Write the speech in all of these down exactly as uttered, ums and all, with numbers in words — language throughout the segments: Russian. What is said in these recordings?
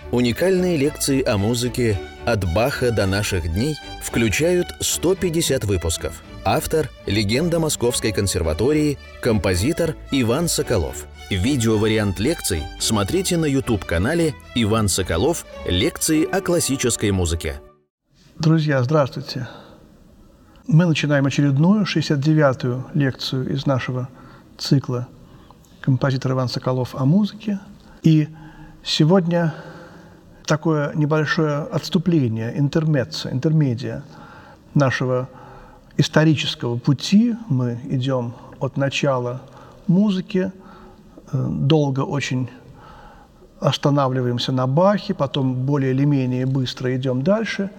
Уникальные лекции о музыке «От Баха до наших дней» включают сто пятьдесят выпусков. Автор – легенда Московской консерватории, композитор Иван Соколов. Видеовариант лекций смотрите на YouTube-канале «Иван Соколов. Лекции о классической музыке». Друзья, здравствуйте! Мы начинаем очередную, шестьдесят девятую лекцию из нашего цикла «Композитор Иван Соколов о музыке». И сегодня такое небольшое отступление, интермеццо, интермедиа нашего исторического пути. Мы идем от начала музыки, долго очень останавливаемся на Бахе, потом более или менее быстро идем дальше.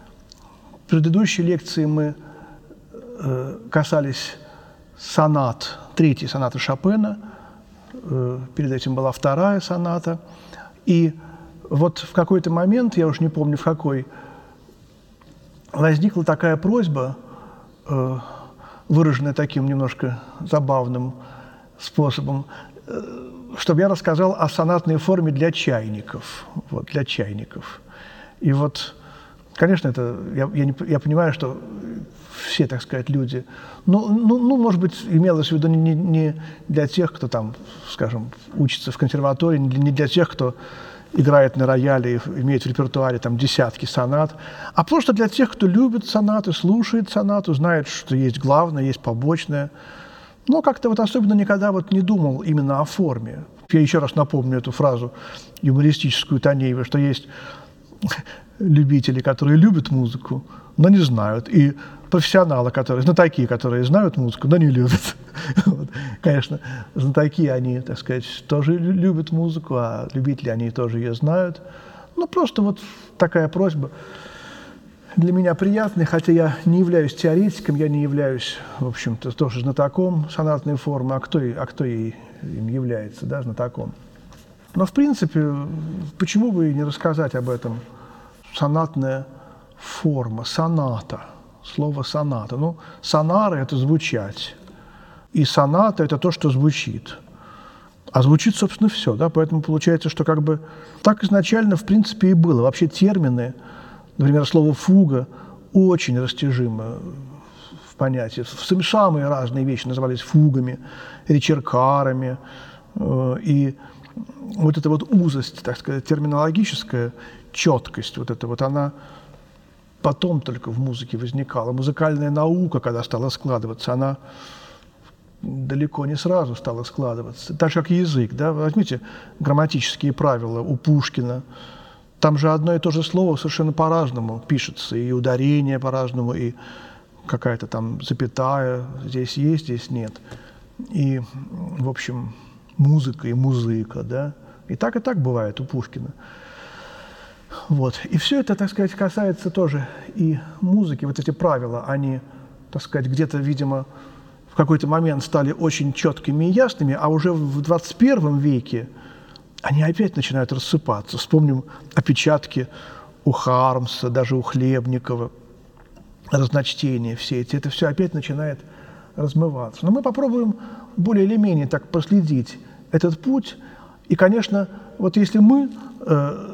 В предыдущей лекции мы касались сонат, третьей сонаты Шопена, перед этим была вторая соната, и вот в какой-то момент, я уж не помню в какой, возникла такая просьба, э, выраженная таким немножко забавным способом, э, чтобы я рассказал о сонатной форме для чайников. Вот, для чайников. И вот, конечно, это, я, я, не, я понимаю, что все, так сказать, люди, ну, ну, ну может быть, имелось в виду не, не для тех, кто там, скажем, учится в консерватории, не для тех, кто играет на рояле и имеет в репертуаре там десятки сонат, а просто для тех, кто любит сонаты, слушает сонату, знает, что есть главное, есть побочное. Но как-то вот особенно никогда вот не думал именно о форме. Я еще раз напомню эту фразу юмористическую Танеева, что есть любители, которые любят музыку, но не знают, и профессионалы, которые, знатоки, которые знают музыку, но не любят. Вот. Конечно, знатоки, они, так сказать, тоже любят музыку, а любители, они тоже ее знают. Ну, просто вот такая просьба для меня приятная, хотя я не являюсь теоретиком, я не являюсь, в общем-то, тоже знатоком сонатной формы, а кто, а кто ей им является, да, знатоком. Но, в принципе, почему бы и не рассказать об этом? Сонатная форма, соната. Слово «соната». Ну, сонара – это звучать. И соната – это то, что звучит. А звучит, собственно, все. Да? Поэтому получается, что как бы так изначально, в принципе, и было. Вообще термины, например, слово «фуга» очень растяжимо в понятии. Самые разные вещи назывались фугами, речеркарами. И вот эта вот узость, так сказать, терминологическая, четкость, вот эта вот, она потом только в музыке возникала. Музыкальная наука, когда стала складываться, она далеко не сразу стала складываться. Так же, как язык. Да? Возьмите грамматические правила у Пушкина. Там же одно и то же слово совершенно по-разному пишется. И ударение по-разному, и какая-то там запятая здесь есть, здесь нет. И, в общем, музыка и музыка. Да? И так, и так бывает у Пушкина. Вот. И все это, так сказать, касается тоже и музыки. Вот эти правила, они, так сказать, где-то, видимо, в какой-то момент стали очень четкими и ясными, а уже в двадцать первом веке они опять начинают рассыпаться. Вспомним опечатки у Хармса, даже у Хлебникова, разночтения все эти. Это все опять начинает размываться. Но мы попробуем более или менее так проследить этот путь. И, конечно, вот если мы э,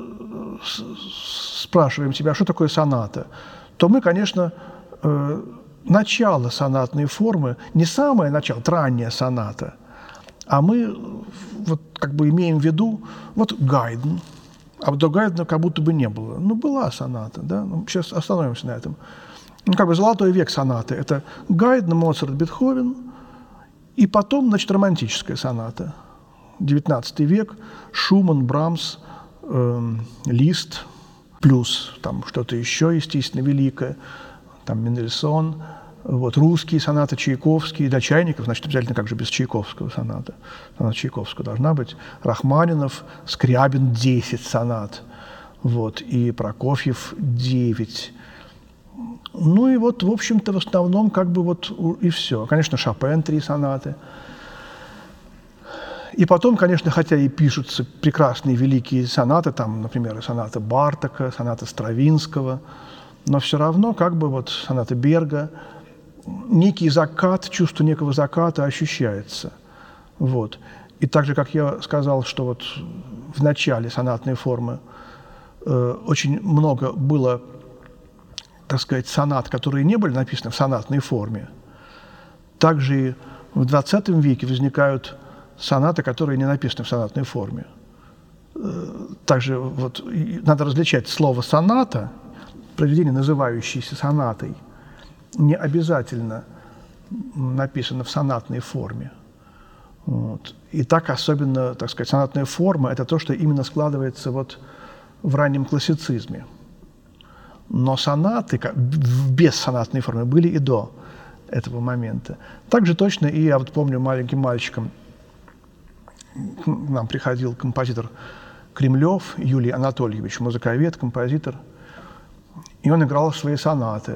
спрашиваем себя, что такое соната, то мы, конечно, э, начало сонатной формы, не самое начало, ранняя соната, а мы вот как бы имеем в виду вот Гайден, а до Гайдена как будто бы не было. Ну, была соната, да? Ну, сейчас остановимся на этом. Ну, как бы золотой век сонаты – это Гайден, Моцарт, Бетховен, и потом, значит, романтическая соната. девятнадцатый век, Шуман, Брамс, Лист, плюс там что-то еще, естественно, великое, там Мендельсон, вот, русские сонаты, Чайковский, до Чайников, значит, обязательно как же без Чайковского соната. Соната Чайковского должна быть. Рахманинов, Скрябин, десять сонат, вот, и Прокофьев, девять. Ну и вот, в общем-то, в основном как бы вот и все. Конечно, Шопен, три сонаты. И потом, конечно, хотя и пишутся прекрасные великие сонаты, там, например, соната Бартака, соната Стравинского, но все равно как бы вот соната Берга, некий закат, чувство некого заката ощущается. Вот. И так же, как я сказал, что вот в начале сонатной формы э, очень много было, так сказать, сонат, которые не были написаны в сонатной форме, также и в двадцатом веке возникают сонаты, которые не написаны в сонатной форме. Также вот, надо различать слово «соната», произведение, называющееся сонатой, не обязательно написано в сонатной форме. Вот. И так особенно, так сказать, сонатная форма – это то, что именно складывается вот в раннем классицизме. Но сонаты без сонатной формы были и до этого момента. Также точно и, я вот помню, маленьким мальчиком к нам приходил композитор Кремлев Юлий Анатольевич, музыковед, композитор, и он играл свои сонаты.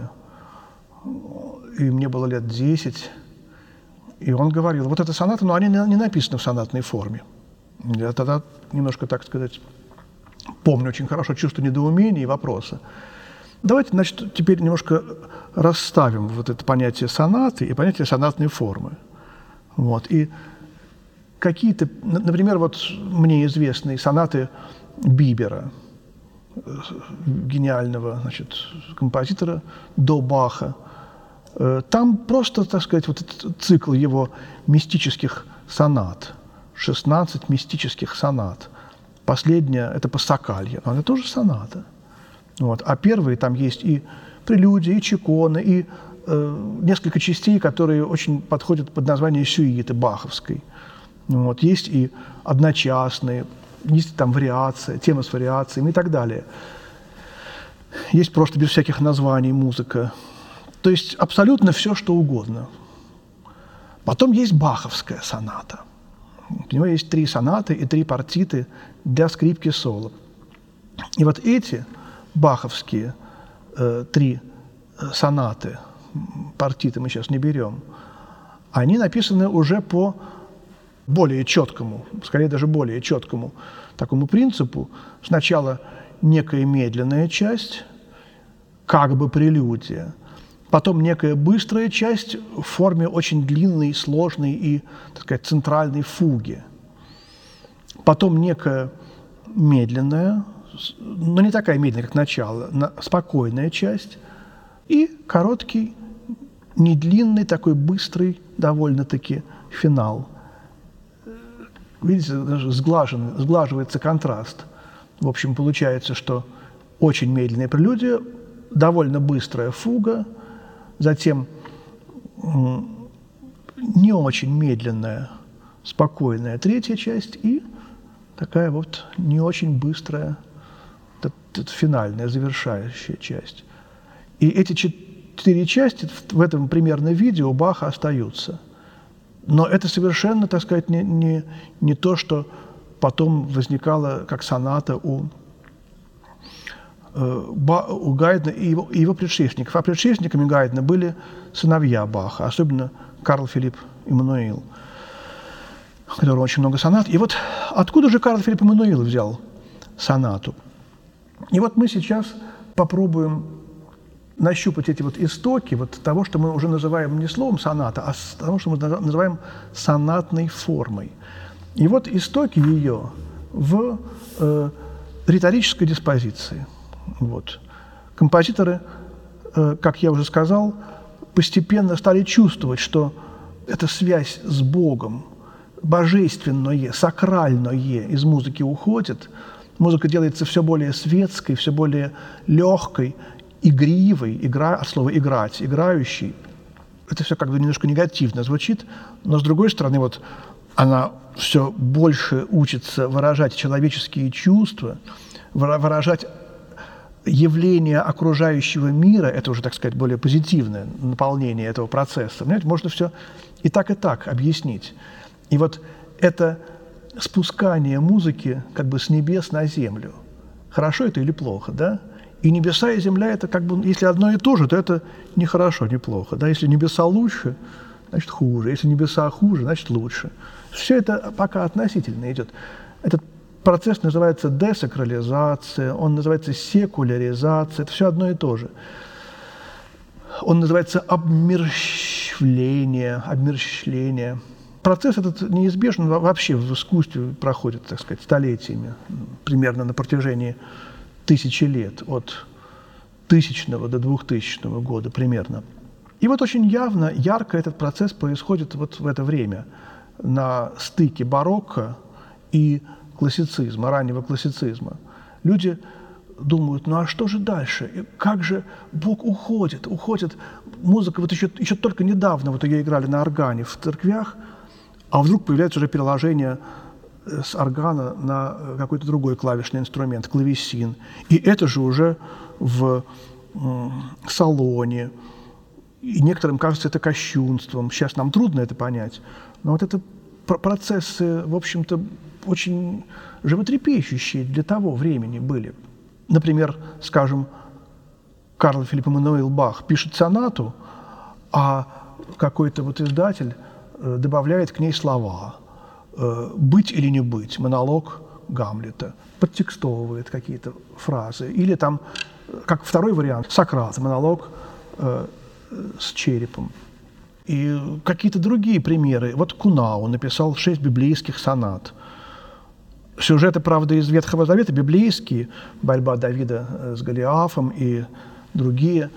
И мне было лет десять, и он говорил, вот эта соната, но они не написаны в сонатной форме. Я тогда немножко, так сказать, помню очень хорошо чувство недоумения и вопроса. Давайте, значит, теперь немножко расставим вот это понятие сонаты и понятие сонатной формы. Вот. И какие-то, например, вот мне известные сонаты Бибера, гениального, значит, композитора до Баха. Там просто, так сказать, вот этот цикл его мистических сонат, шестнадцать мистических сонат. Последняя – это Пассакалья, но она тоже соната. Вот. А первые там есть и прелюдии, и чеконы, и э, несколько частей, которые очень подходят под название сюиты баховской. Вот. Есть и одночасные, есть там вариация, тема с вариациями и так далее. Есть просто без всяких названий музыка. То есть абсолютно все, что угодно. Потом есть баховская соната. У него есть три сонаты и три партиты для скрипки соло. И вот эти баховские э, три сонаты, партиты мы сейчас не берем, они написаны уже по более четкому, скорее даже более четкому такому принципу. Сначала некая медленная часть, как бы прелюдия, потом некая быстрая часть в форме очень длинной, сложной и, так сказать, центральной фуги, потом некая медленная, но не такая медленная, как начало, спокойная часть и короткий, недлинный, такой быстрый довольно-таки финал. Видите, даже сглажен, сглаживается контраст. В общем, получается, что очень медленная прелюдия, довольно быстрая фуга, затем не очень медленная, спокойная третья часть и такая вот не очень быстрая, финальная, завершающая часть. И эти четыре части в этом примерно виде у Баха остаются. Но это совершенно, так сказать, не, не, не то, что потом возникало как соната у, э, Ба, у Гайдна и его, и его предшественников. А предшественниками Гайдна были сыновья Баха, особенно Карл Филипп Эммануил, у которого очень много сонат. И вот откуда же Карл Филипп Эммануил взял сонату? И вот мы сейчас попробуем нащупать эти вот истоки вот того, что мы уже называем не словом соната, а того, что мы называем сонатной формой. И вот истоки ее в э, риторической диспозиции. Вот. Композиторы, э, как я уже сказал, постепенно стали чувствовать, что эта связь с Богом, божественное, сакральное из музыки уходит, музыка делается все более светской, все более легкой, игривой, игра, от слова «играть», играющий. Это все как бы немножко негативно звучит, но, с другой стороны, вот она все больше учится выражать человеческие чувства, выражать явление окружающего мира, это уже, так сказать, более позитивное наполнение этого процесса. Понимаете, можно все и так, и так объяснить. И вот это спускание музыки как бы с небес на землю. Хорошо это или плохо, да? И небеса и земля – это как бы, если одно и то же, то это не хорошо, не плохо. Да? Если небеса лучше, значит хуже. Если небеса хуже, значит лучше. Все это пока относительно идет. Этот процесс называется десакрализация, он называется секуляризация. Это все одно и то же. Он называется обмерщвление, обмерщвление. процесс этот неизбежен вообще в искусстве, проходит, так сказать, столетиями, примерно на протяжении тысячи лет, от тысячного до двухтысячного года примерно. И вот очень явно, ярко этот процесс происходит вот в это время, на стыке барокко и классицизма, раннего классицизма. Люди думают, ну а что же дальше? Как же Бог уходит, уходит. Музыка, вот еще, еще только недавно вот ее играли на органе в церквях, а вдруг появляется уже переложение с органа на какой-то другой клавишный инструмент, клавесин. И это же уже в салоне. И некоторым кажется это кощунством. Сейчас нам трудно это понять. Но вот это процессы, в общем-то, очень животрепещущие для того времени были. Например, скажем, Карл Филипп Эммануил Бах пишет сонату, а какой-то вот издатель добавляет к ней слова «быть или не быть», монолог Гамлета, подтекстовывает какие-то фразы. Или там, как второй вариант, Сократ, монолог э, с черепом. И какие-то другие примеры. Вот Кунау написал шесть библейских сонат. Сюжеты, правда, из Ветхого Завета библейские, борьба Давида с Голиафом и другие.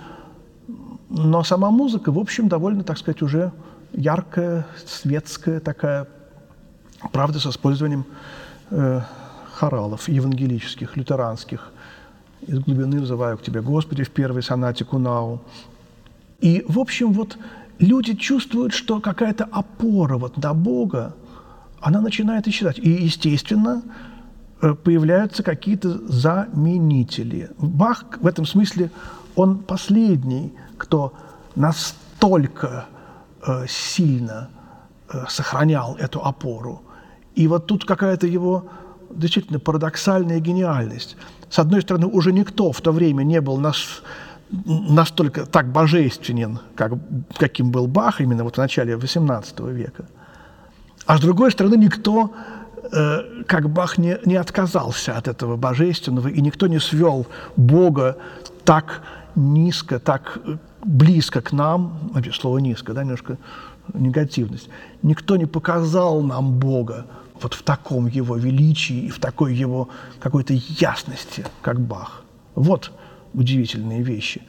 Но сама музыка, в общем, довольно, так сказать, уже яркая, светская такая, правда, с использованием э, хоралов евангелических, лютеранских. «Из глубины взываю к Тебе, Господи», в первой сонате Кунау. И, в общем, вот люди чувствуют, что какая-то опора вот на Бога, она начинает исчезать. И, естественно, появляются какие-то заменители. Бах в этом смысле, он последний, кто настолько э, сильно э, сохранял эту опору. И вот тут какая-то его действительно парадоксальная гениальность. С одной стороны, уже никто в то время не был нас, настолько так божественен, как, каким был Бах именно вот в начале восемнадцатого века. А с другой стороны, никто, э, как Бах, не, не отказался от этого божественного, и никто не свел Бога так низко, так близко к нам, вообще слово «низко», да, немножко негативность, никто не показал нам Бога вот в таком его величии и в такой его какой-то ясности, как Бах. Вот удивительные вещи.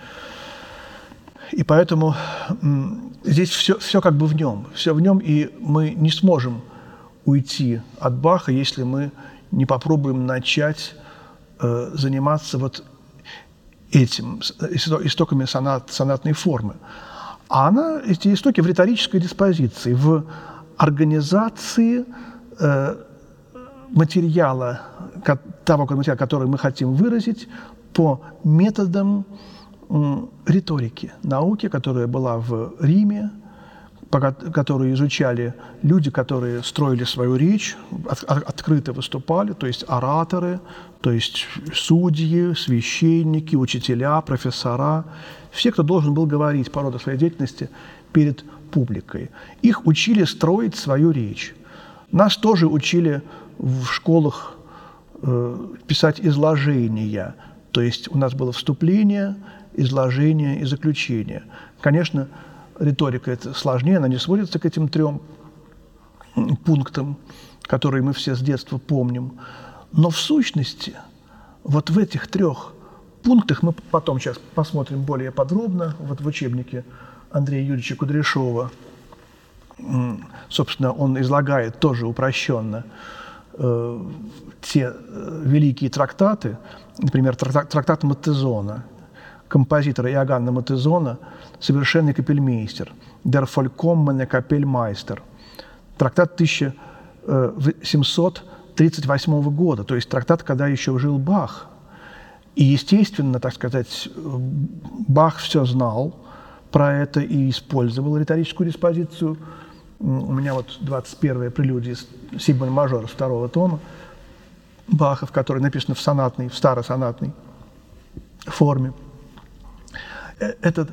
И поэтому м, здесь все, все как бы в нем, все в нем, и мы не сможем уйти от Баха, если мы не попробуем начать э, заниматься вот этим, истоками сонат, сонатной формы. А она, эти истоки в риторической диспозиции, в организации э, материала, того материала, который мы хотим выразить, по методам риторики, науки, которая была в Риме, которую изучали люди, которые строили свою речь, от, открыто выступали, то есть ораторы, то есть судьи, священники, учителя, профессора, все, кто должен был говорить по роду своей деятельности перед публикой. Их учили строить свою речь. Нас тоже учили в школах э, писать изложения, то есть у нас было вступление, изложение и заключение. Конечно, риторика это сложнее, она не сводится к этим трем пунктам, которые мы все с детства помним. Но в сущности, вот в этих трех пунктах, мы потом сейчас посмотрим более подробно, вот в учебнике Андрея Юрьевича Кудряшова, собственно, он излагает тоже упрощенно э, те великие трактаты, например, трактат, трактат Маттезона, композитора Иоганна Маттезона, «Совершенный капельмейстер», «Der vollkommene Kapellmeister», трактат тысяча семьсот тридцать восьмого года, то есть трактат, когда еще жил Бах. И, естественно, так сказать, Бах все знал про это и использовал риторическую диспозицию. У меня вот двадцать первая прелюдия си бемоль мажор с второго тома Баха, в которой написано в сонатной, в старосонатной форме. Этот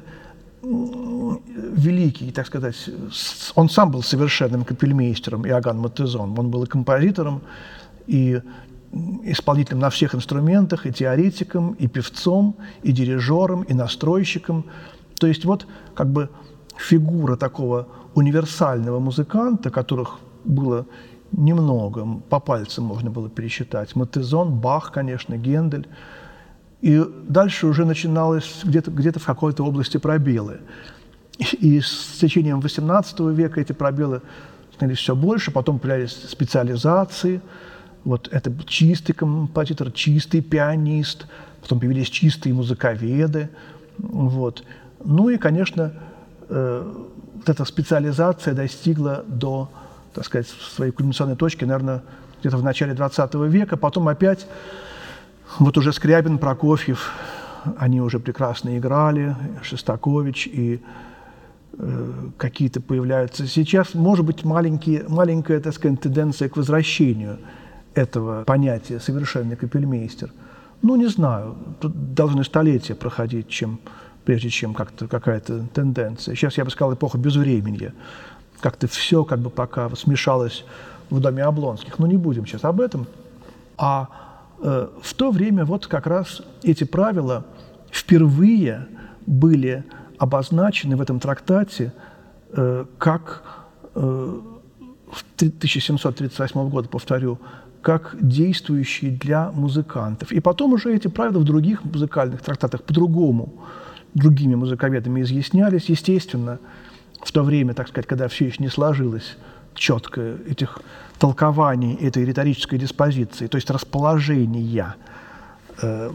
великий, так сказать, он сам был совершенным капельмейстером, Иоганн Маттезон. Он был и композитором, и исполнителем на всех инструментах, и теоретиком, и певцом, и дирижером, и настройщиком. То есть вот как бы фигура такого универсального музыканта, которых было немного, по пальцам можно было пересчитать. Мотезон, Бах, конечно, Гендель. И дальше уже начиналось где-то, где-то в какой-то области пробелы. И с течением восемнадцатого века эти пробелы становились все больше, потом появлялись специализации. Вот это чистый композитор, чистый пианист, потом появились чистые музыковеды. Вот. Ну и, конечно, э, вот эта специализация достигла до, так сказать, своей кульминационной точки, наверное, где-то в начале двадцатого века. Потом опять вот уже Скрябин, Прокофьев, они уже прекрасно играли, Шостакович, и э, какие-то появляются. Сейчас, может быть, маленькие, маленькая, так сказать, тенденция к возвращению этого понятия «совершенный капельмейстер». Ну, не знаю, тут должны столетия проходить, чем, прежде чем как-то какая-то тенденция. Сейчас, я бы сказал, эпоха безвременья. Как-то все как бы пока смешалось в доме Облонских. Но не будем сейчас об этом. А э, в то время вот как раз эти правила впервые были обозначены в этом трактате э, как э, в тысяча семьсот тридцать восьмом году, повторю, как действующие для музыкантов. И потом уже эти правила в других музыкальных трактатах по-другому, другими музыковедами изъяснялись. Естественно, в то время, так сказать, когда все еще не сложилось четко этих толкований этой риторической диспозиции, то есть расположения э,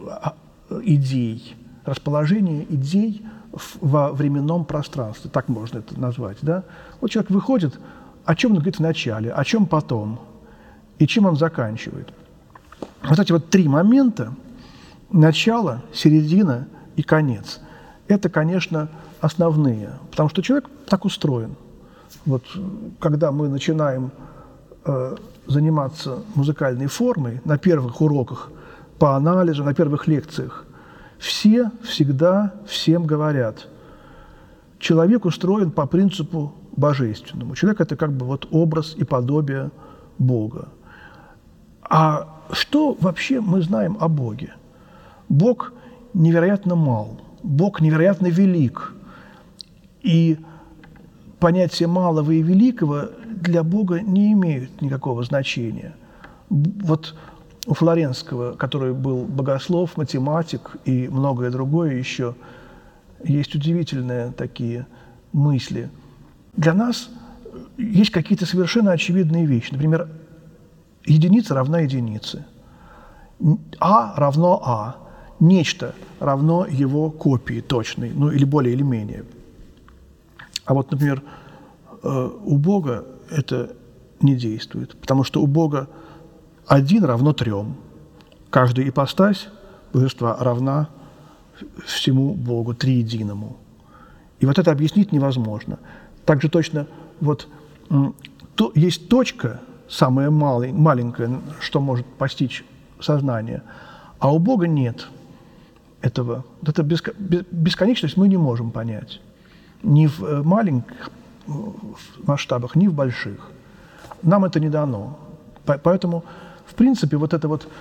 идей, расположение идей во временном пространстве, так можно это назвать. Да? Вот человек выходит, о чем он говорит в начале, о чем потом, и чем он заканчивает. Вот эти вот три момента – начало, середина и конец – это, конечно, основные, потому что человек так устроен. Вот, когда мы начинаем э, заниматься музыкальной формой на первых уроках по анализу, на первых лекциях, все всегда всем говорят, человек устроен по принципу божественному. Человек – это как бы вот образ и подобие Бога. А что вообще мы знаем о Боге? Бог невероятно мал, Бог невероятно велик. И понятия малого и великого для Бога не имеют никакого значения. Вот у Флоренского, который был богослов, математик и многое другое еще, есть удивительные такие мысли. Для нас есть какие-то совершенно очевидные вещи. Например, единица равна единице. А равно А. Нечто равно его копии точной, ну или более или менее. А вот, например, у Бога это не действует, потому что у Бога один равно трем. Каждая ипостась божества равна всему Богу, триединому. И вот это объяснить невозможно. Так же точно вот то, есть точка, самое малое, маленькое, что может постичь сознание, а у Бога нет этого. Эту бесконечность мы не можем понять. Ни в маленьких масштабах, ни в больших. Нам это не дано. Поэтому, в принципе, вот это вот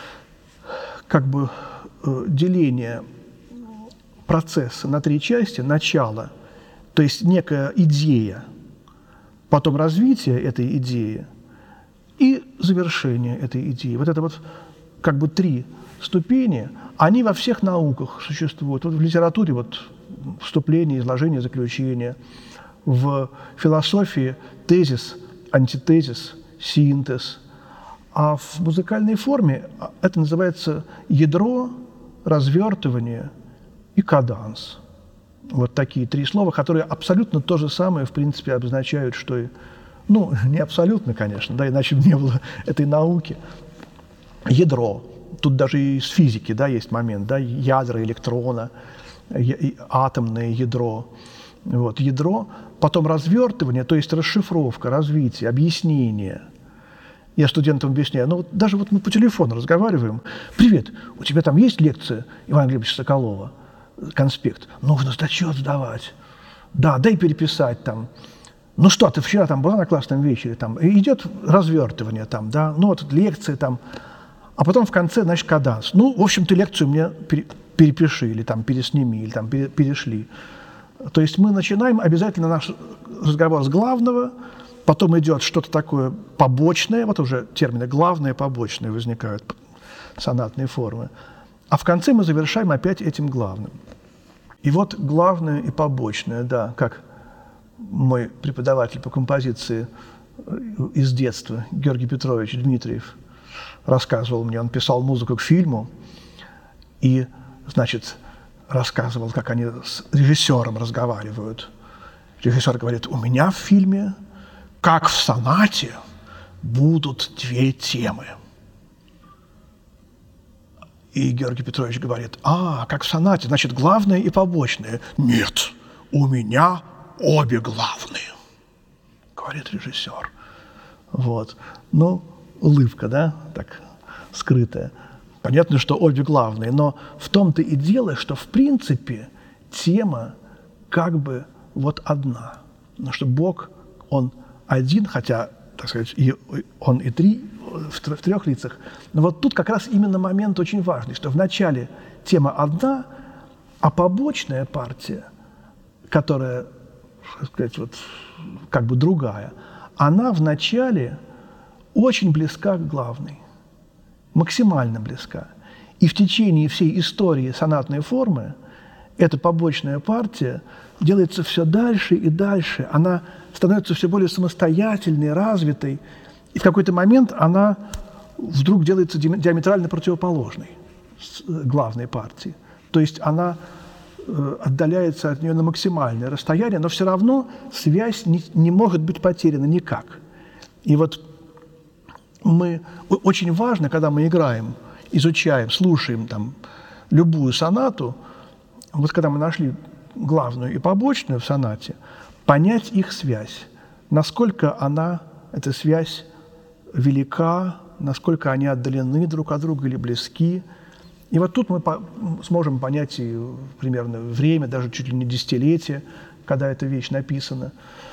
как бы деление процесса на три части, начало, то есть некая идея, потом развитие этой идеи и завершение этой идеи. Вот это вот как бы три ступени, они во всех науках существуют. Вот в литературе вот вступление, изложение, заключение. В философии тезис, антитезис, синтез. А в музыкальной форме это называется ядро, развертывание и каданс. Вот такие три слова, которые абсолютно то же самое, в принципе, обозначают, что и... Ну, не абсолютно, конечно, да, иначе бы не было этой науки. Ядро. Тут даже из физики, да, есть момент, да, ядра, электрона, атомное ядро. Вот, ядро, потом развертывание, то есть расшифровка, развитие, объяснение. Я студентам объясняю, ну вот даже вот мы по телефону разговариваем. Привет, у тебя там есть лекция Ивана Глебовича Соколова, конспект? Нужно зачет сдавать. Да, дай переписать там. Ну что, ты вчера там была на классном вечере, там, и идет развертывание там, да, ну вот лекция там, а потом в конце, значит, каданс. Ну, в общем, ты лекцию мне перепиши, или там пересними, или там перешли. То есть мы начинаем обязательно наш разговор с главного, потом идет что-то такое побочное, вот уже термины главное, побочное возникают, сонатные формы, а в конце мы завершаем опять этим главным. И вот главное и побочное, да, как мой преподаватель по композиции из детства, Георгий Петрович Дмитриев, рассказывал мне, он писал музыку к фильму и, значит, рассказывал, как они с режиссером разговаривают. Режиссер говорит: у меня в фильме, как в сонате, будут две темы. И Георгий Петрович говорит: а, как в сонате, значит, главное и побочное. Нет, у меня обе главные, говорит режиссер. Вот. Ну, улыбка, да, так скрытая. Понятно, что обе главные, но в том-то и дело, что в принципе тема как бы вот одна. Потому что Бог, Он один, хотя, так сказать, и Он и три, в трех лицах. Но вот тут как раз именно момент очень важный, что вначале тема одна, а побочная партия, которая, так сказать, вот как бы другая, она вначале очень близка к главной, максимально близка. И в течение всей истории сонатной формы эта побочная партия делается все дальше и дальше. Она становится все более самостоятельной, развитой. И в какой-то момент она вдруг делается диаметрально противоположной главной партии. То есть она отдаляется от нее на максимальное расстояние, но все равно связь не, не может быть потеряна никак. И вот мы, очень важно, когда мы играем, изучаем, слушаем там, любую сонату, вот когда мы нашли главную и побочную в сонате, понять их связь, насколько она, эта связь велика, насколько они отдалены друг от друга или близки. И вот тут мы по- сможем понять и примерно время, даже чуть ли не десятилетие, когда эта вещь написана.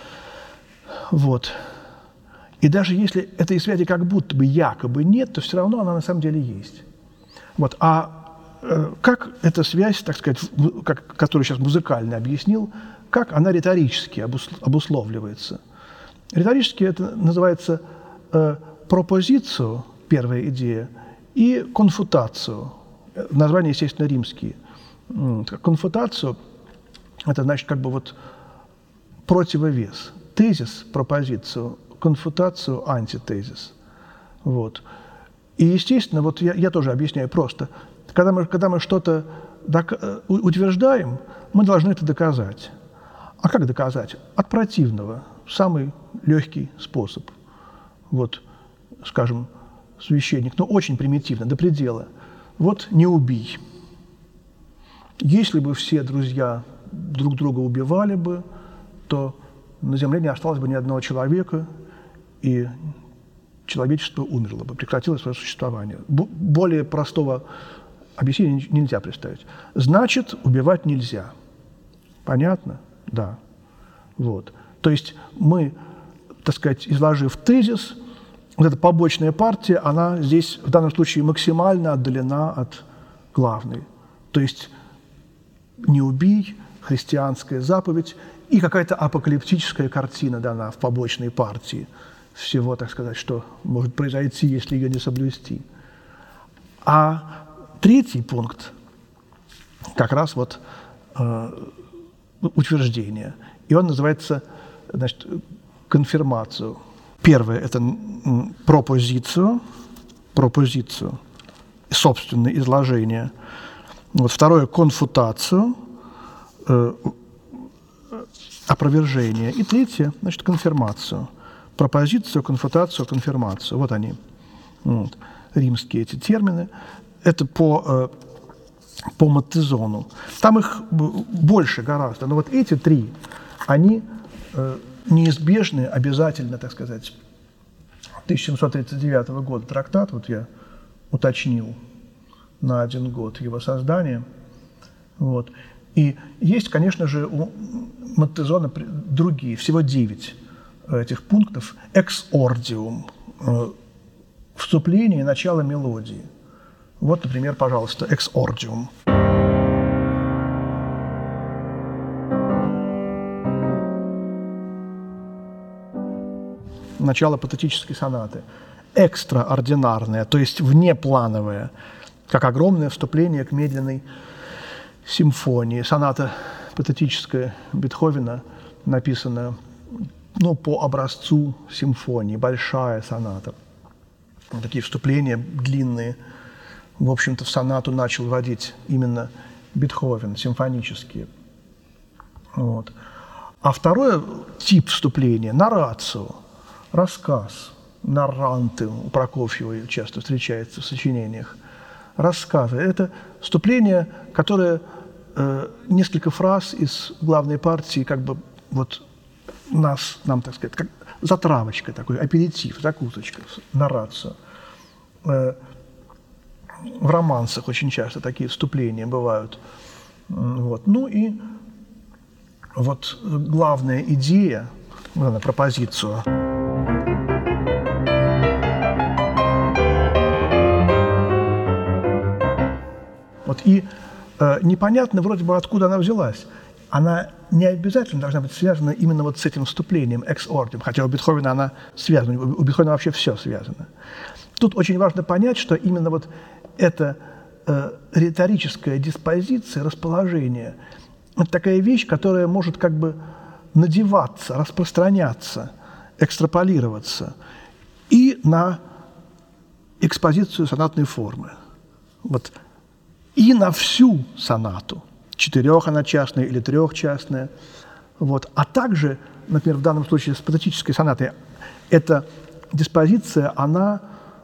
Вот. И даже если этой связи как будто бы якобы нет, то все равно она на самом деле есть. Вот. А э, как эта связь, так сказать, как, которую сейчас музыкально объяснил, как она риторически обус- обусловливается? Риторически это называется э, пропозицию, первая идея, и конфутацию. Названия, естественно, римские. Конфутацию – это значит как бы вот противовес. Тезис – пропозицию, конфутацию – антитезис. Вот. И, естественно, вот я, я тоже объясняю просто. Когда мы, когда мы что-то док- утверждаем, мы должны это доказать. А как доказать? От противного. Самый легкий способ. Вот, скажем, священник, но очень примитивно, до предела. Вот не убий. Если бы все друзья друг друга убивали бы, то на земле не осталось бы ни одного человека, и человечество умерло бы, прекратило свое существование. Б- более простого объяснения нельзя представить. Значит, убивать нельзя. Понятно? Да. Вот. То есть мы, так сказать, изложив тезис, вот эта побочная партия, она здесь в данном случае максимально отдалена от главной. То есть не убий, христианская заповедь и какая-то апокалиптическая картина дана в побочной партии всего, так сказать, что может произойти, если ее не соблюсти. А третий пункт как раз вот э, утверждение. И он называется, значит, конфирмацию. Первое – это пропозицию, пропозицию, собственное изложение. Вот второе – конфутацию, э, опровержение. И третье – значит, конфирмацию. Пропозицию, конфутацию, конфирмацию. Вот они, вот, римские эти термины. Это по, э, по Маттезону. Там их больше гораздо, но вот эти три, они э, неизбежны, обязательно, так сказать. тысяча семьсот тридцать девятого года трактат, вот я уточнил на один год его создания. Вот. И есть, конечно же, у Маттезона другие, всего девять этих пунктов. Эксордиум, вступление и начало мелодии. Вот, например, пожалуйста, эксордиум. начало патетической сонаты. Экстраординарное, то есть внеплановое, как огромное вступление к медленной симфонии. Соната патетическая Бетховена написана, ну, по образцу симфонии, большая соната. Вот такие вступления длинные, в общем-то, в сонату начал вводить именно Бетховен, симфонические. Вот. А второй тип вступления – нарацио, рассказ. Нарранты у Прокофьева часто встречается в сочинениях. Рассказы – это вступление, которое э, несколько фраз из главной партии как бы вот нас, нам, так сказать, как затравочка такой, аперитив, закусочка, нарацио. Э, в романсах очень часто такие вступления бывают. Вот. Ну и вот главная идея, главная пропозиция. Вот и э, непонятно вроде бы, откуда она взялась. Она не обязательно должна быть связана именно вот с этим вступлением, экс-ордем, хотя у Бетховена она связана, у Бетховена вообще все связано. Тут очень важно понять, что именно вот эта э, риторическая диспозиция, расположение – это такая вещь, которая может как бы надеваться, распространяться, экстраполироваться и на экспозицию сонатной формы. Вот. И на всю сонату, четырех она частная или трехчастная. Вот. А также, например, в данном случае с патетической сонатой, эта диспозиция, она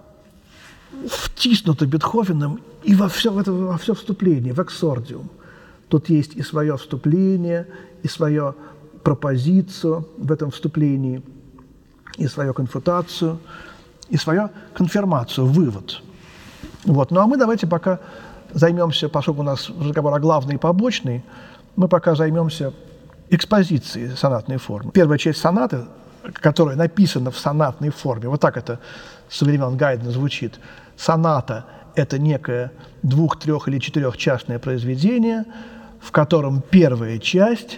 втиснута Бетховеном и во все, во все вступление, в эксордиум. Тут есть и свое вступление, и свое пропозицию в этом вступлении, и свою конфутацию, и свою конфирмацию, вывод. Вот. Ну а мы давайте пока займемся, поскольку у нас разговор о главной и побочной, мы пока займемся экспозицией сонатной формы. Первая часть сонаты, которая написана в сонатной форме, вот так это со времен Гайдна звучит. Соната – это некое двух-, трех- или четырехчастное произведение, в котором первая часть,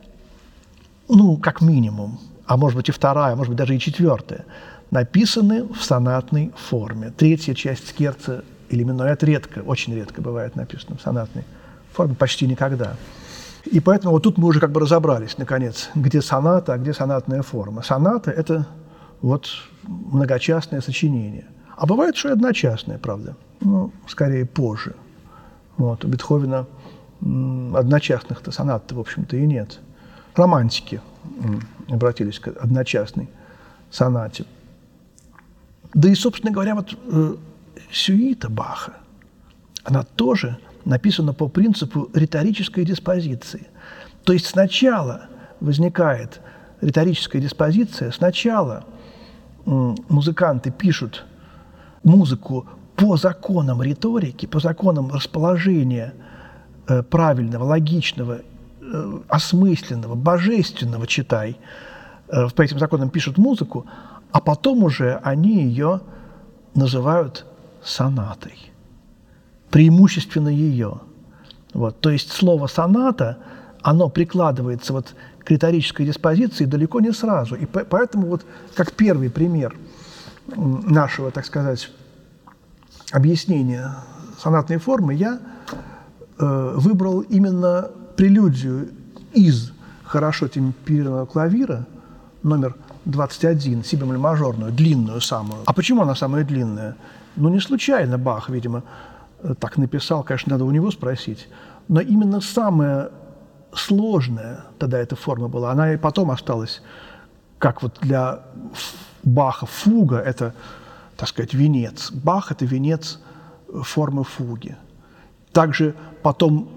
ну, как минимум, а может быть и вторая, может быть даже и четвертая, написаны в сонатной форме. Третья часть скерца или минуэт редко, очень редко бывает написано в сонатной форме, почти никогда. И поэтому вот тут мы уже как бы разобрались, наконец, где соната, а где сонатная форма. Соната – это вот многочастное сочинение. А бывает, что и одночастное, правда. Ну, скорее позже. Вот. У Бетховена м, одночастных-то сонат-то, в общем-то, и нет. Романтики м, обратились к одночастной сонате. Да и, собственно говоря, вот э, сюита Баха, она тоже написана по принципу риторической диспозиции. То есть сначала возникает риторическая диспозиция, сначала м, музыканты пишут музыку по законам риторики, по законам расположения э, правильного, логичного, э, осмысленного, божественного, читай, э, по этим законам пишут музыку, а потом уже они ее называют сонатой, преимущественно ее. Вот. То есть слово «соната», оно прикладывается вот к риторической диспозиции далеко не сразу. И по- поэтому вот как первый пример нашего, так сказать, объяснения сонатной формы я э, выбрал именно прелюдию из хорошо темперированного клавира номер двадцать один, си бемоль мажорную, длинную самую. А почему она самая длинная? Ну, не случайно Бах, видимо, так написал, конечно, надо у него спросить, но именно самая сложная тогда эта форма была, она и потом осталась, как вот для Баха фуга – это, так сказать, венец. Бах – это венец формы фуги. Также потом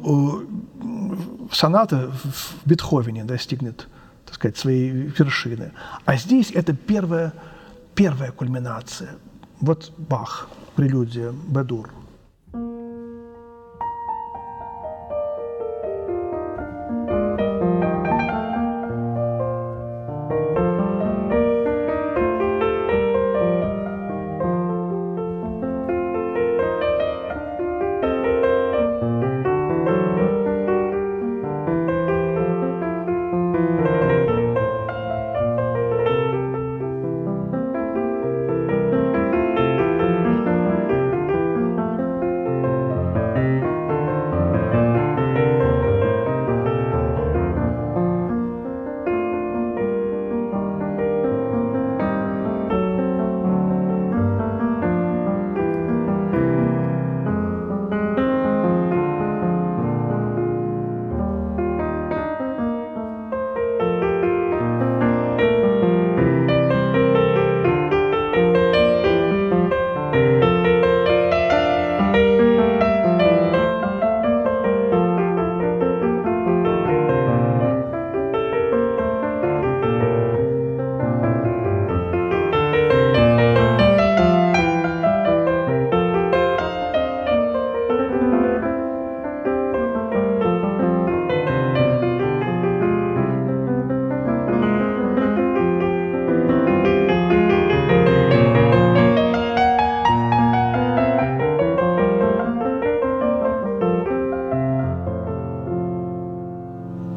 э, соната в Бетховене достигнет, так сказать, своей вершины. А здесь это первая, первая кульминация. Вот Бах, прелюдия, Б-дур.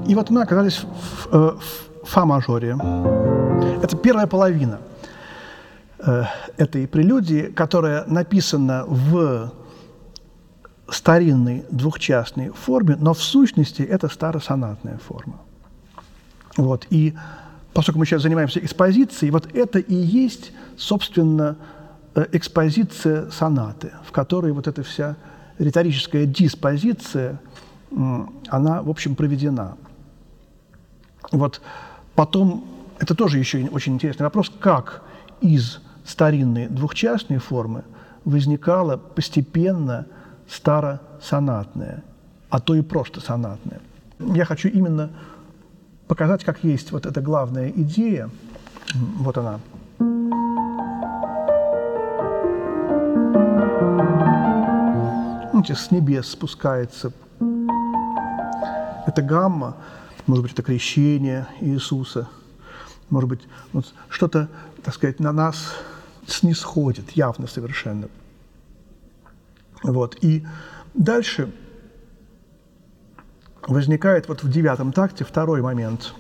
И вот мы оказались в, в, в фа-мажоре. Это первая половина э, этой прелюдии, которая написана в старинной двухчастной форме, но в сущности это старосонатная форма. Вот. И поскольку мы сейчас занимаемся экспозицией, вот это и есть, собственно, экспозиция сонаты, в которой вот эта вся риторическая диспозиция, она, в общем, проведена. Вот потом, это тоже еще очень интересный вопрос, как из старинной двухчастной формы возникала постепенно старосонатная, а то и просто сонатная. Я хочу именно показать, как есть вот эта главная идея. Вот она. Видите, с небес спускается. Это гамма, может быть, это крещение Иисуса, может быть, вот что-то, так сказать, на нас снисходит явно совершенно. Вот. И дальше возникает вот в девятом такте второй момент.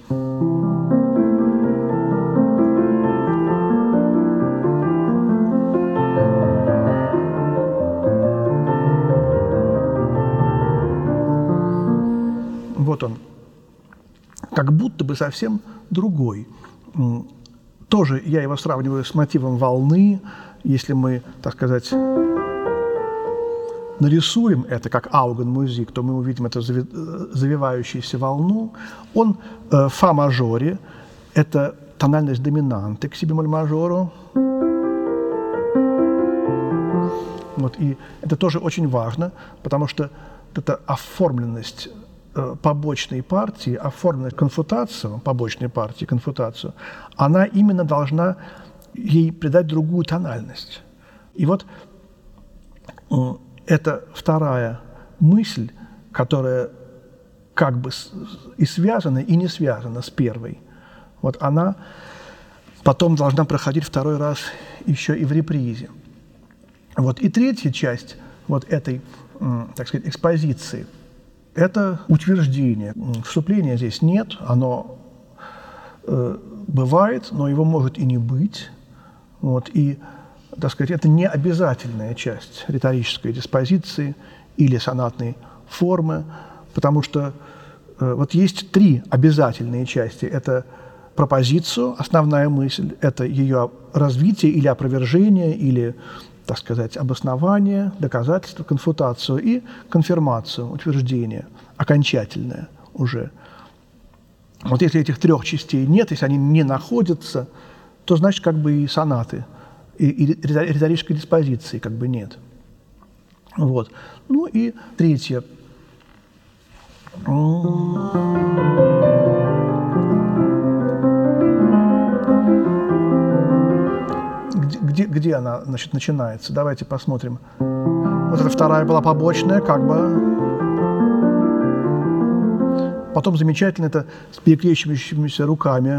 Вот он, как будто бы совсем другой. Тоже я его сравниваю с мотивом волны. Если мы, так сказать, нарисуем это как аугенмузик, то мы увидим эту завивающуюся волну. Он в фа-мажоре, это тональность доминанты к си-бемоль-мажору. Вот, и это тоже очень важно, потому что эта оформленность побочной партии, оформленность конфутацию, побочной партии, конфутацию, она именно должна ей придать другую тональность. И вот это вторая мысль, которая как бы и связана, и не связана с первой. Вот она потом должна проходить второй раз еще и в репризе. Вот. И третья часть вот этой, так сказать, экспозиции – это утверждение. Вступления здесь нет, оно э, бывает, но его может и не быть. Вот. И, так сказать, это не обязательная часть риторической диспозиции или сонатной формы, потому что э, вот есть три обязательные части. Это пропозицию, основная мысль, это ее развитие или опровержение, или, так сказать, обоснование, доказательство, конфутацию и конфирмацию, утверждение, окончательное уже. Вот если этих трех частей нет, если они не находятся, то значит как бы и сонаты, и, и риторической диспозиции как бы нет. Вот. Ну и третье. Где, где она, значит, начинается? Давайте посмотрим. Вот эта вторая была побочная, как бы. Потом замечательно это с перекрещивающимися руками.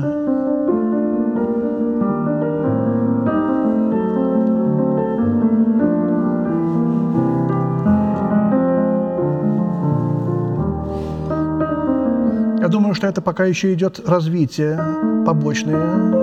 Я думаю, что это пока еще идет развитие побочное.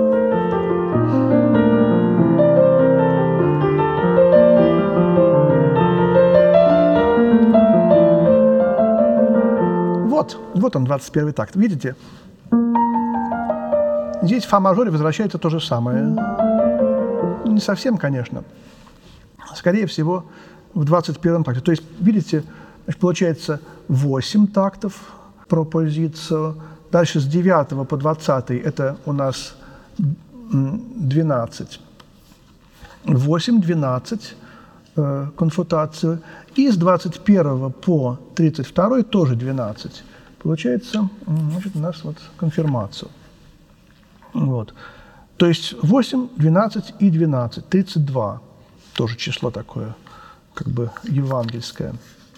Вот, вот он, двадцать первый такт. Видите? Здесь в фа-мажоре возвращается то же самое. Не совсем, конечно. Скорее всего, в двадцать первом такте. То есть, видите, значит, получается восемь тактов пропозицию. Дальше с девятого по двадцатый это у нас двенадцать. восемь, двенадцать э, конфутацию. И с двадцать первого по тридцать второй тоже двенадцать. Получается, значит, у нас вот конфирмацию. Вот. То есть восемь, двенадцать и двенадцать, тридцать два. Тоже число такое, как бы евангельское.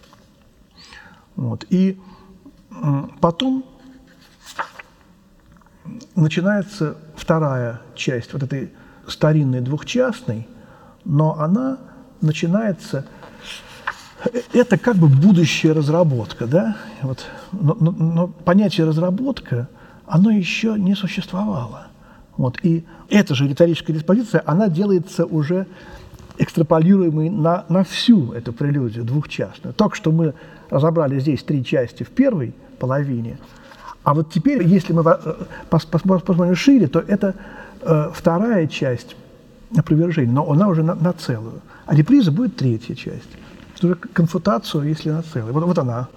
Вот. И потом начинается вторая часть вот этой старинной двухчастной, но она начинается это как бы будущая разработка, да? Вот, но, но, но понятие разработка, оно еще не существовало. Вот, и эта же риторическая диспозиция, она делается уже экстраполируемой на, на всю эту прелюдию двухчастную. Только что мы разобрали здесь три части в первой половине, а вот теперь, если мы посмотрим шире, то это э, вторая часть опровержения, но она уже на, на целую. А реприза будет третья часть. Это уже конфутацию, если на целую. Вот, вот она.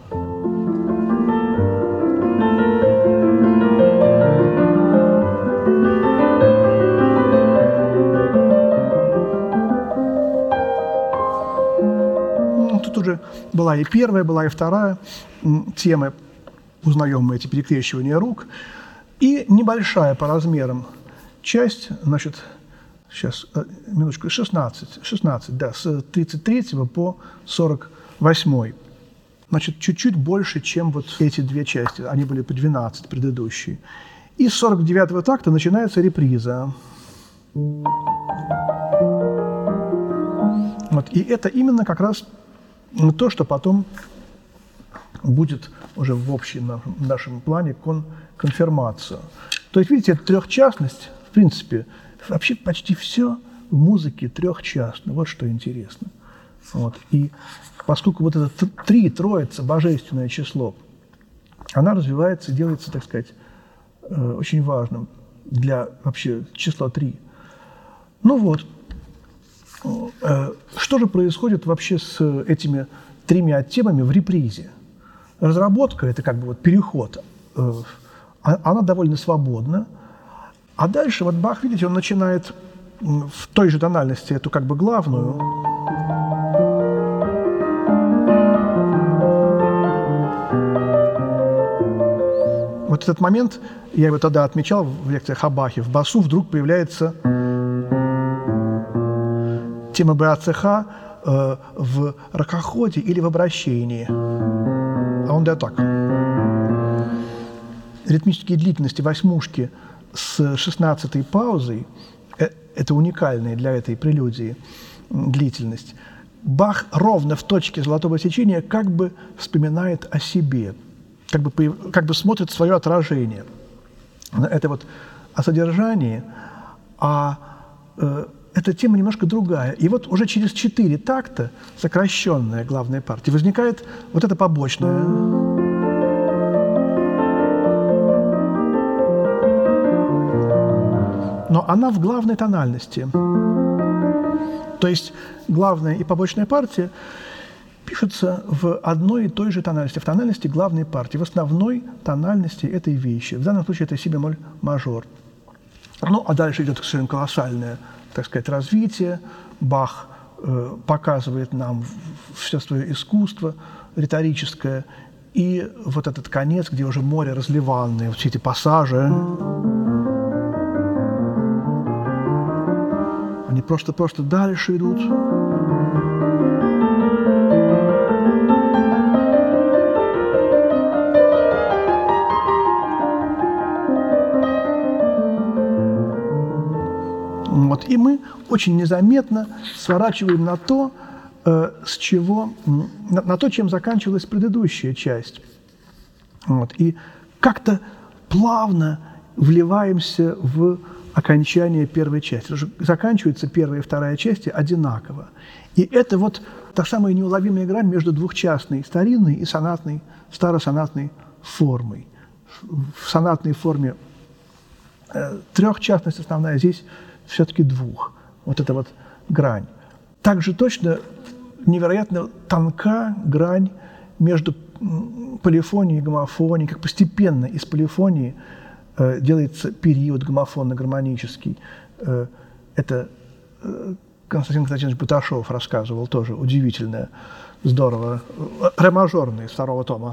Ну, тут уже была и первая, была и вторая тема. Узнаем мы эти перекрещивания рук. И небольшая по размерам часть, значит, сейчас, минуточку, шестнадцать, шестнадцать, да, с тридцать третьего по сорок восьмой. Значит, чуть-чуть больше, чем вот эти две части. Они были по двенадцать предыдущие. И с сорок девятого такта начинается реприза. Вот, и это именно как раз то, что потом будет уже в общем нашем плане кон конфирмация. То есть, видите, трехчастность, в принципе, вообще почти все в музыке трехчастно. Вот что интересно. Вот. И поскольку вот это три, троица, божественное число, она развивается, делается, так сказать, очень важным для вообще числа три. Ну вот. Что же происходит вообще с этими тремя темами в репризе? Разработка – это как бы вот переход. Она довольно свободна. А дальше вот Бах, видите, он начинает в той же тональности эту как бы главную. Вот этот момент, я его тогда отмечал в лекциях о Бахе, в басу вдруг появляется тема БАЦХ э, в ракоходе или в обращении. А он дает так. Ритмические длительности восьмушки с шестнадцатой паузой э, – это уникальная для этой прелюдии длительность. Бах ровно в точке золотого сечения как бы вспоминает о себе, как бы, как бы смотрит свое отражение. Это вот о содержании, а э, эта тема немножко другая. И вот уже через четыре такта, сокращенная главная партия, возникает вот эта побочная. Но она в главной тональности. То есть главная и побочная партия пишутся в одной и той же тональности, в тональности главной партии, в основной тональности этой вещи. В данном случае это си бемоль мажор. Ну, а дальше идет совершенно колоссальное, так сказать, развитие. Бах э, показывает нам все свое искусство риторическое. И вот этот конец, где уже море разливанное, вот все эти пассажи, они просто-просто дальше идут. Вот. И мы очень незаметно сворачиваем на то, э, с чего, на, на то, чем заканчивалась предыдущая часть. Вот. И как-то плавно вливаемся в окончание первой части. Заканчиваются первая и вторая части одинаково. И это вот та самая неуловимая грань между двухчастной старинной и сонатной, старосонатной формой. В сонатной форме э, трехчастность основная, здесь все-таки двух. Вот эта вот грань. Также точно невероятно тонка грань между полифонией и гомофонией, как постепенно из полифонии э, делается период гомофонно-гармонический. Э, это э, Константин Константинович Баташов рассказывал, тоже удивительное, здорово. Ре мажорный из второго тома.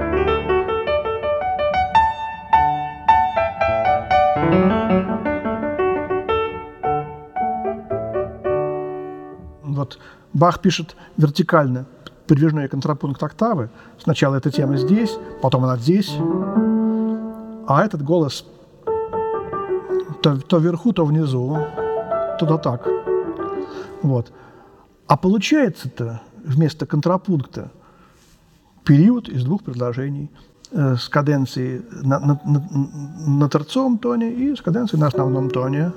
Вот Бах пишет вертикально подвижной контрапункт октавы. Сначала эта тема здесь, потом она здесь. А этот голос то, то вверху, то внизу, то, то так. Вот. А получается-то вместо контрапункта период из двух предложений э, с каденцией на, на, на, на терцовом тоне и с каденцией на основном тоне.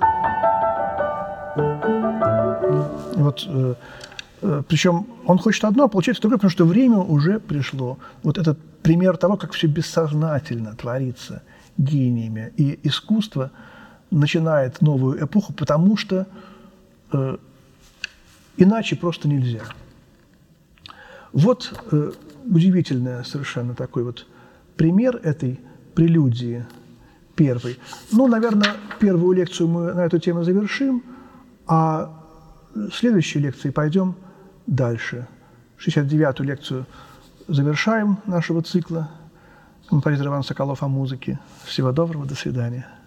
И вот, э, э, причем он хочет одно, а получается другое, потому что время уже пришло. Вот этот пример того, как все бессознательно творится гениями. И искусство начинает новую эпоху, потому что э, иначе просто нельзя. Вот э, удивительный совершенно такой вот пример этой прелюдии первой. Ну, наверное, первую лекцию мы на эту тему завершим, а в следующей лекции пойдем дальше. шестьдесят девятую лекцию завершаем нашего цикла. Композитор Иван Соколов о музыке. Всего доброго, до свидания.